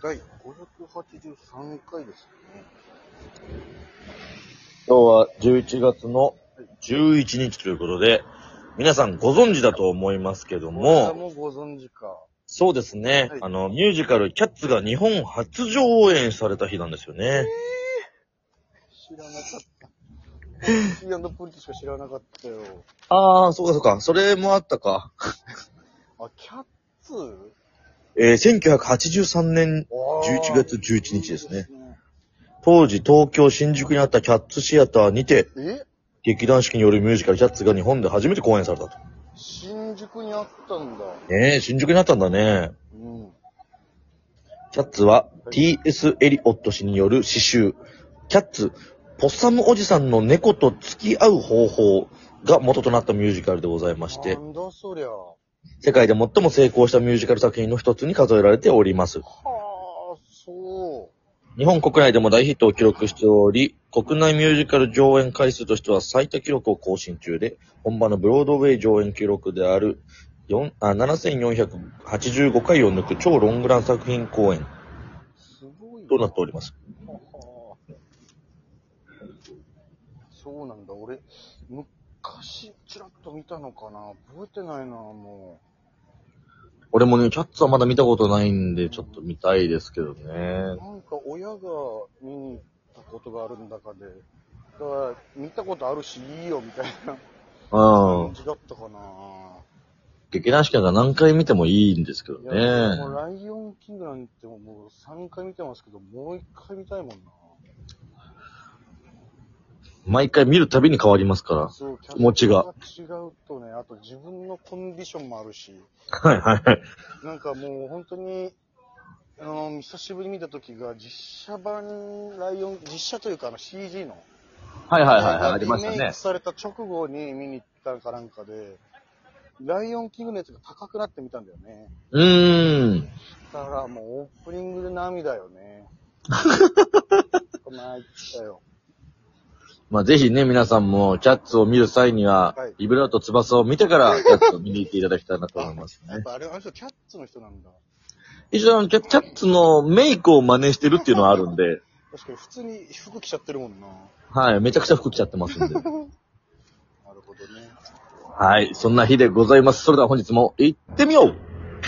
第583回ですね。 今日は11月の11日ということで、皆さんご存知だと思いますけども、 もうご存知か。 そうですね、 はいミュージカルキャッツが日本初上演された日なんですよね。 知らなかった。シー&プリットしか知らなかったよ。 ああ、そうかそうか。それもあったか。 あ、キャッツ 1983年11月11日ですね。当時東京新宿にあったキャッツシアターにて、劇団四季によるミュージカルキャッツが日本で初めて公演されたと。 新宿にあったんだ。 新宿にあったんだね。 うん。 キャッツは T.S. エリオット氏による詩集、キャッツ、ポッサムおじさんの猫と付き合う方法が元となったミュージカルでございまして、 なんだそりゃ。 世界で最も成功したミュージカル作品の一つに数えられております。 はあ、そう。 日本国内でも大ヒットを記録しており、国内ミュージカル上演回数としては最多記録を更新中で、本場のブロードウェイ上演記録である7485回を抜く超ロングラン作品公演すごいとなっております。 ははそうなんだ。俺、昔ちらっと見たのかな。覚えてないな、も俺もね、キャッツはまだ見たことないんで、ちょっと見たいですけどね。 なんか親が見に行ったことがあるんだかで、だから見たことあるしいいよみたいな感じだったかな。 劇団四季が何回見てもいいんですけどね。 いや、もうライオンキングなんてもう3回見てますけど、もう1回見たいもんな。 毎回見るたびに変わりますから、 そう、 気持ちが。 違うとね、あと自分のコンディションもあるし、 はいはいはい。 なんかもう本当に、久しぶりに見た時が実写版ライオン、実写というかCG の。 はいはいはい、ありましたねリメイク。された直後に見に行ったかなんかで、ライオンキングのやつが高くなってみたんだよね。だからもうオープニングで涙よね。泣いたよ。 まあぜひね、皆さんもキャッツを見る際には、 はい、 ビブラート翼を見てからキャッツを見に行っていただきたいなと思いますね。 やっぱあれキャッツの人なんだ。 一応キャッツのメイクを真似してるっていうのはあるんで。 確かに普通に服着ちゃってるもんな。 はい、めちゃくちゃ服着ちゃってますんで。 なるほどね。 はい、そんな日でございます。それでは本日も行ってみよう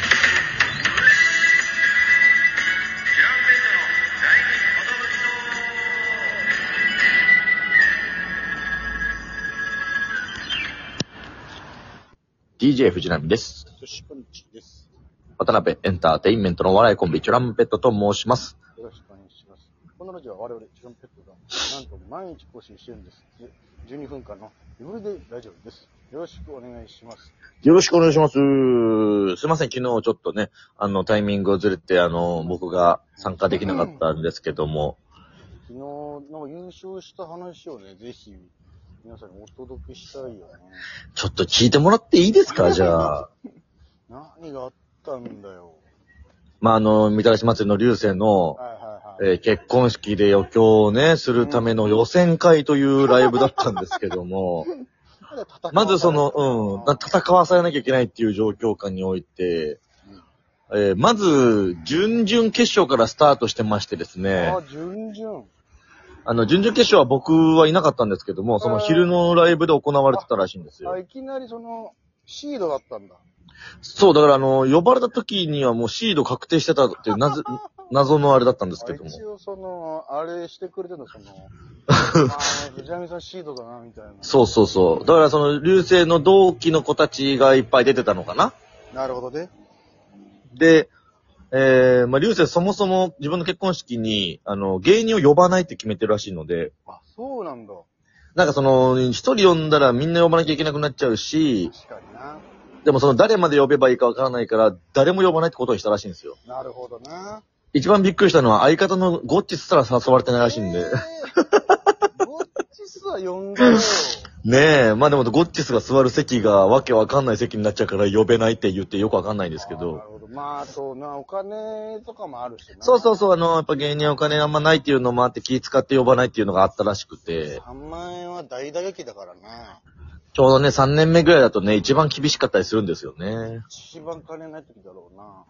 ！DJ 藤波です。 よしこんちです。 渡辺エンターテインメントの笑いコンビチュランペットと申します。 よろしくお願いします。このラジオは我々チュランペットがなんと毎日更新してるんです。12分間のエブリデイラジオです。よろしくお願いします。 よろしくお願いします。すいません、昨日ちょっとね、タイミングをずれて、僕が参加できなかったんですけども。 昨日、なんか優勝した話をね、ぜひ、皆さんにお届けしたいよね。 ちょっと聞いてもらっていいですか、じゃあ。 何があったんだよ。 まあ、みたらし祭りの流星の、結婚式で余興をね、するための予選会というライブだったんですけども、まず戦わされなきゃいけないっていう状況下において、まず、準々決勝からスタートしてましてですね。 準々 決勝は僕はいなかったんですけども、その昼のライブで行われてたらしいんですよ。 いきなりシードだったんだ。 そう、だから呼ばれた時にはもうシード確定してたっていう謎のあれだったんですけども。 一応あれしてくれてるの、藤波さんシードだな、みたいな。 そうそうそう。だから流星の同期の子たちがいっぱい出てたのかな。 なるほどね。で、 流星そもそも自分の結婚式に、芸人を呼ばないって決めてるらしいので。 あ、そうなんだ。 なんか一人呼んだらみんな呼ばなきゃいけなくなっちゃうし。 確かにな。 でも誰まで呼べばいいかわからないから、誰も呼ばないってことにしたらしいんですよ。 なるほどな。 一番びっくりしたのは相方のゴッチスすら誘われてないらしいんで。 ゴッチスは呼んだよ。 ねえ、まあでもゴッチスが座る席がわけわかんない席になっちゃうから呼べないって言ってよくわかんないんですけど。 なるほど。まあ、あとお金とかもあるしな。 そうそうそう、やっぱ芸人お金あんまないっていうのもあって気使って呼ばないっていうのがあったらしくて。 3万円は大打撃だからな。 ちょうどね、3年目ぐらいだとね、一番厳しかったりするんですよね。 一番金ない時だろうな。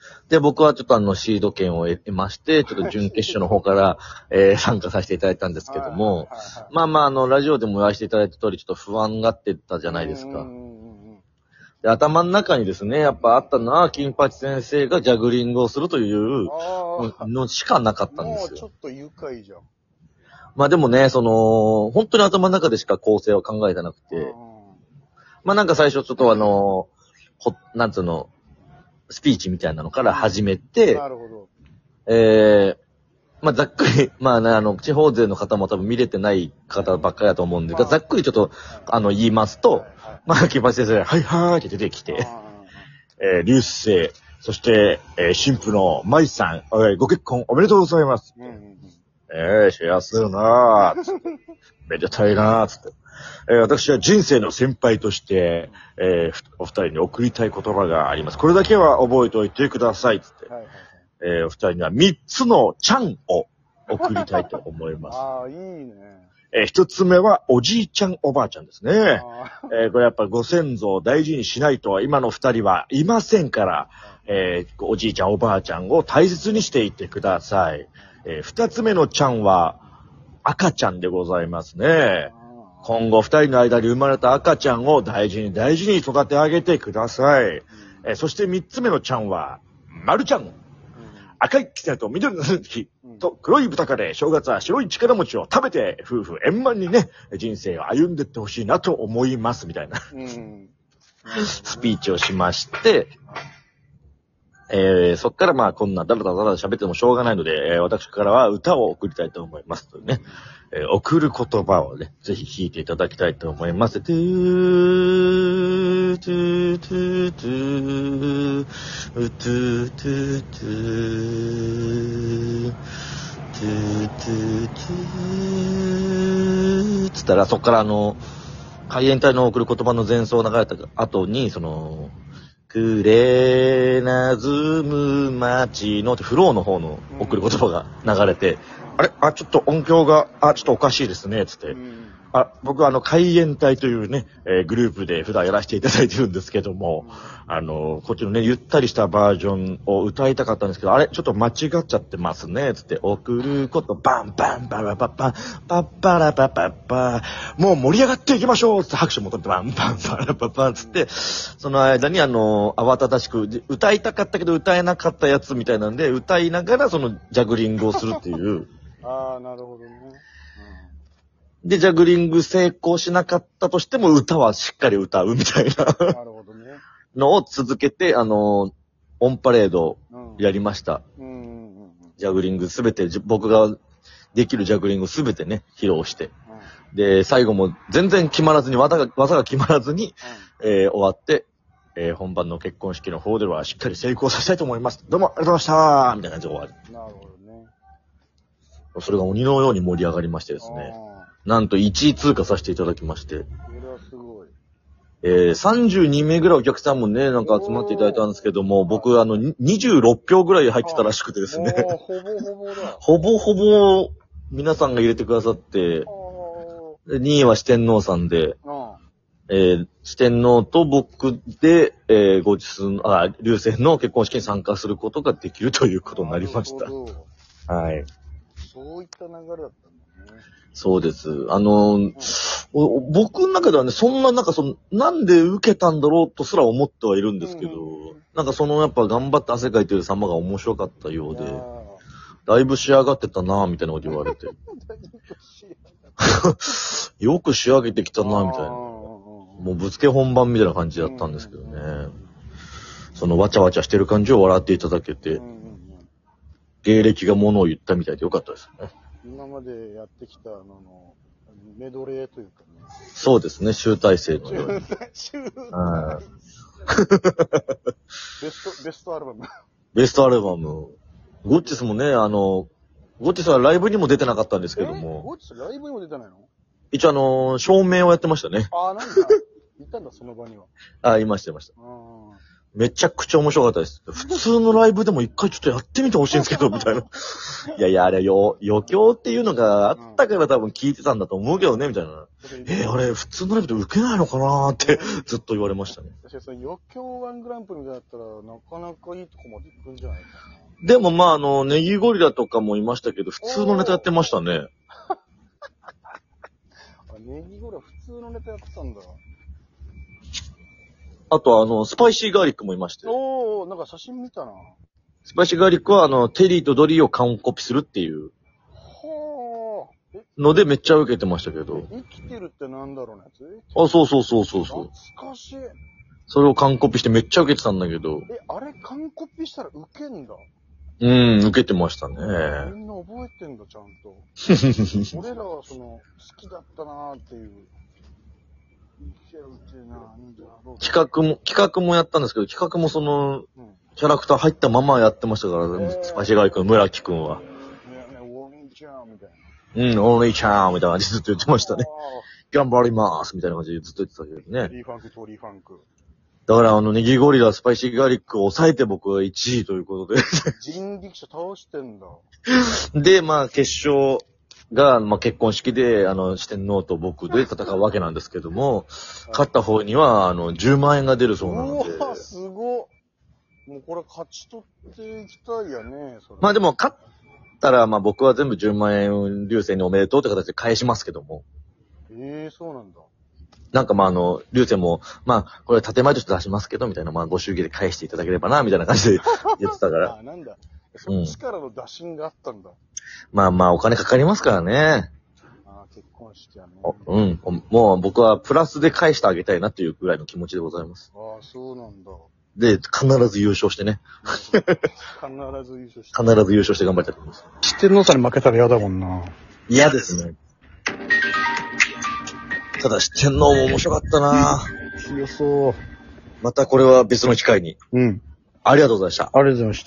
で、僕はちょっとシード権を得まして、ちょっと準決勝の方から、参加させていただいたんですけども、まあまあ、ラジオでも言わせていただいた通り、ちょっと不安がってたじゃないですか。で、頭の中にですね、やっぱあったのは、金八先生がジャグリングをするというのしかなかったんですよ。 もうちょっと愉快じゃん。 まあでもね、本当に頭の中でしか構成を考えてなくて、まあなんか最初ちょっとなんつうの、スピーチみたいなのから始めて、 なるほど。 まあざっくり、まあね、地方勢の方も多分見れてない方ばっかりだと思うんで、ざっくりちょっと、言いますと、まあ、金八先生、はいはーいって出てきて、流星、そして、新婦の舞さん、ご結婚おめでとうございます。幸せだなぁ、つって。めでたいなぁ、つって。私は人生の先輩として、お二人に送りたい言葉があります。これだけは覚えておいてください、つって。お二人には3つのちゃんを送りたいと思います。 ああ、いいね。 一つ目はおじいちゃんおばあちゃんですね。これやっぱご先祖を大事にしないと今の二人はいませんから、おじいちゃんおばあちゃんを大切にしていってください。二つ目のちゃんは赤ちゃんでございますね。今後二人の間に生まれた赤ちゃんを大事に大事に育て上げてください。そして三つ目のちゃんは丸ちゃん。赤いキツネと緑のスキと黒い豚カレー、正月は白い力餅を食べて夫婦円満にね、人生を歩んでってほしいなと思いますみたいなスピーチをしまして、そっからまあこんなだらだら喋ってもしょうがないので、私からは歌を送りたいと思いますとね、送る言葉をね、ぜひ弾いていただきたいと思います。トゥートゥートゥートゥートゥートゥートゥートゥートゥーつったら、そっから海援隊の送る言葉の前奏を流れた後に、くれなずむ町のってフローの方の送る言葉が流れて、ちょっと音響が、ちょっとおかしいですね、つって。僕は海援隊というね、グループで普段やらせていただいてるんですけども、こっちのね、ゆったりしたバージョンを歌いたかったんですけど、ちょっと間違っちゃってますね、つって、送ること、バンバンバラパッパン、パッパラパッパッパー、もう盛り上がっていきましょうつって拍手求めて、バンバンバラパッパンつって、その間に慌ただしく、歌いたかったけど歌えなかったやつみたいなんで、歌いながらジャグリングをするっていう。 なるほどね。 で、ジャグリング成功しなかったとしても歌はしっかり歌うみたいなのを続けて、オンパレードやりました。ジャグリングすべて、僕ができるジャグリングすべてね、披露して。で、最後も全然決まらずに、技が決まらずに、終わって、本番の結婚式の方ではしっかり成功させたいと思います。どうもありがとうございましたみたいな感じで終わる。 なるほどね。 それが鬼のように盛り上がりましてですね。なんと1位通過させていただきまして。 これはすごい。 32名ぐらいお客さんもね、なんか集まっていただいたんですけども、僕26票ぐらい入ってたらしくてですね。 ほぼほぼだ。 ほぼほぼ皆さんが入れてくださって、2位は四天王さんで、四天王と僕で、流星の結婚式に参加することができるということになりました。はい。 そういった流れだったんだね。 そうです。僕の中ではね、そんななんで受けたんだろうとすら思ってはいるんですけど、やっぱ頑張って汗かいてる様が面白かったようで、だいぶ仕上がってたなぁ、みたいなこと言われて。よく仕上げてきたなぁ、みたいな。もうぶつけ本番みたいな感じだったんですけどね。わちゃわちゃしてる感じを笑っていただけて、芸歴がものを言ったみたいでよかったですね。 今までやってきたメドレーというかね。 そうですね、集大成のように。 ベストアルバム。 ベストアルバム。ゴッチスもね、ゴッチスはライブにも出てなかったんですけども。 ゴッチスライブにも出てないの？ 一応照明をやってましたね。 なんだ。行ったんだ、その場には。 いました。 めちゃくちゃ面白かったです。普通のライブでも一回ちょっとやってみてほしいんですけど、みたいな。いやいや、あれ余興っていうのがあったから多分聞いてたんだと思うけどね、みたいな。あれ普通のライブで受けないのかなーってずっと言われましたね。 確かにその余興ワングランプリみたいだったら、なかなかいいとこまで行くんじゃないかな。 でもまあネギゴリラとかもいましたけど、普通のネタやってましたね。 ネギゴリラ普通のネタやってたんだ。 あとスパイシーガーリックもいまして。 おー、なんか写真見たな。 スパイシーガーリックはテリーとドリーを完コピするっていうのでめっちゃ受けてましたけど。 生きてるってなんだろうなやつ？ あ、そう。懐かしい。 それを完コピしてめっちゃ受けてたんだけど。 あれ完コピしたら受けんだ。 受けてましたね。 みんな覚えてんだ、ちゃんと。俺らは好きだったなーっていう。 企画もやったんですけど、企画もキャラクター入ったままやってましたから、スパイシーガーリックの村木くんは。 お兄ちゃんみたいな。お兄ちゃんみたいな感じでずっと言ってましたね。頑張りますみたいな感じでずっと言ってたけどね。 トリーファンク。 だからネギゴリラ、スパイシーガーリックを抑えて僕は1位ということで。 人力車倒してんだ。 で、決勝が、結婚式で、四天王と僕で戦うわけなんですけども、勝った方には、10万円が出るそうなので。 うわ、すごっ。もうこれ勝ち取っていきたいやね、それ。 でも、勝ったら、僕は全部10万円、流星におめでとうって形で返しますけども。 そうなんだ。 なんか流星も、これ建前として出しますけど、みたいな、ご祝儀で返していただければな、みたいな感じで言ってたから。 なんだ。そっちからの打診があったんだ。 お金かかりますからね。 結婚式はね。 もう僕はプラスで返してあげたいなっていうぐらいの気持ちでございます。 そうなんだ。 で、必ず優勝してね。 必ず優勝して頑張りたいと思います。 四天王さんに負けたら嫌だもんな。 嫌ですね。ただ四天王も面白かったな。 強そう。 またこれは別の機会に。 ありがとうございました。 ありがとうございました。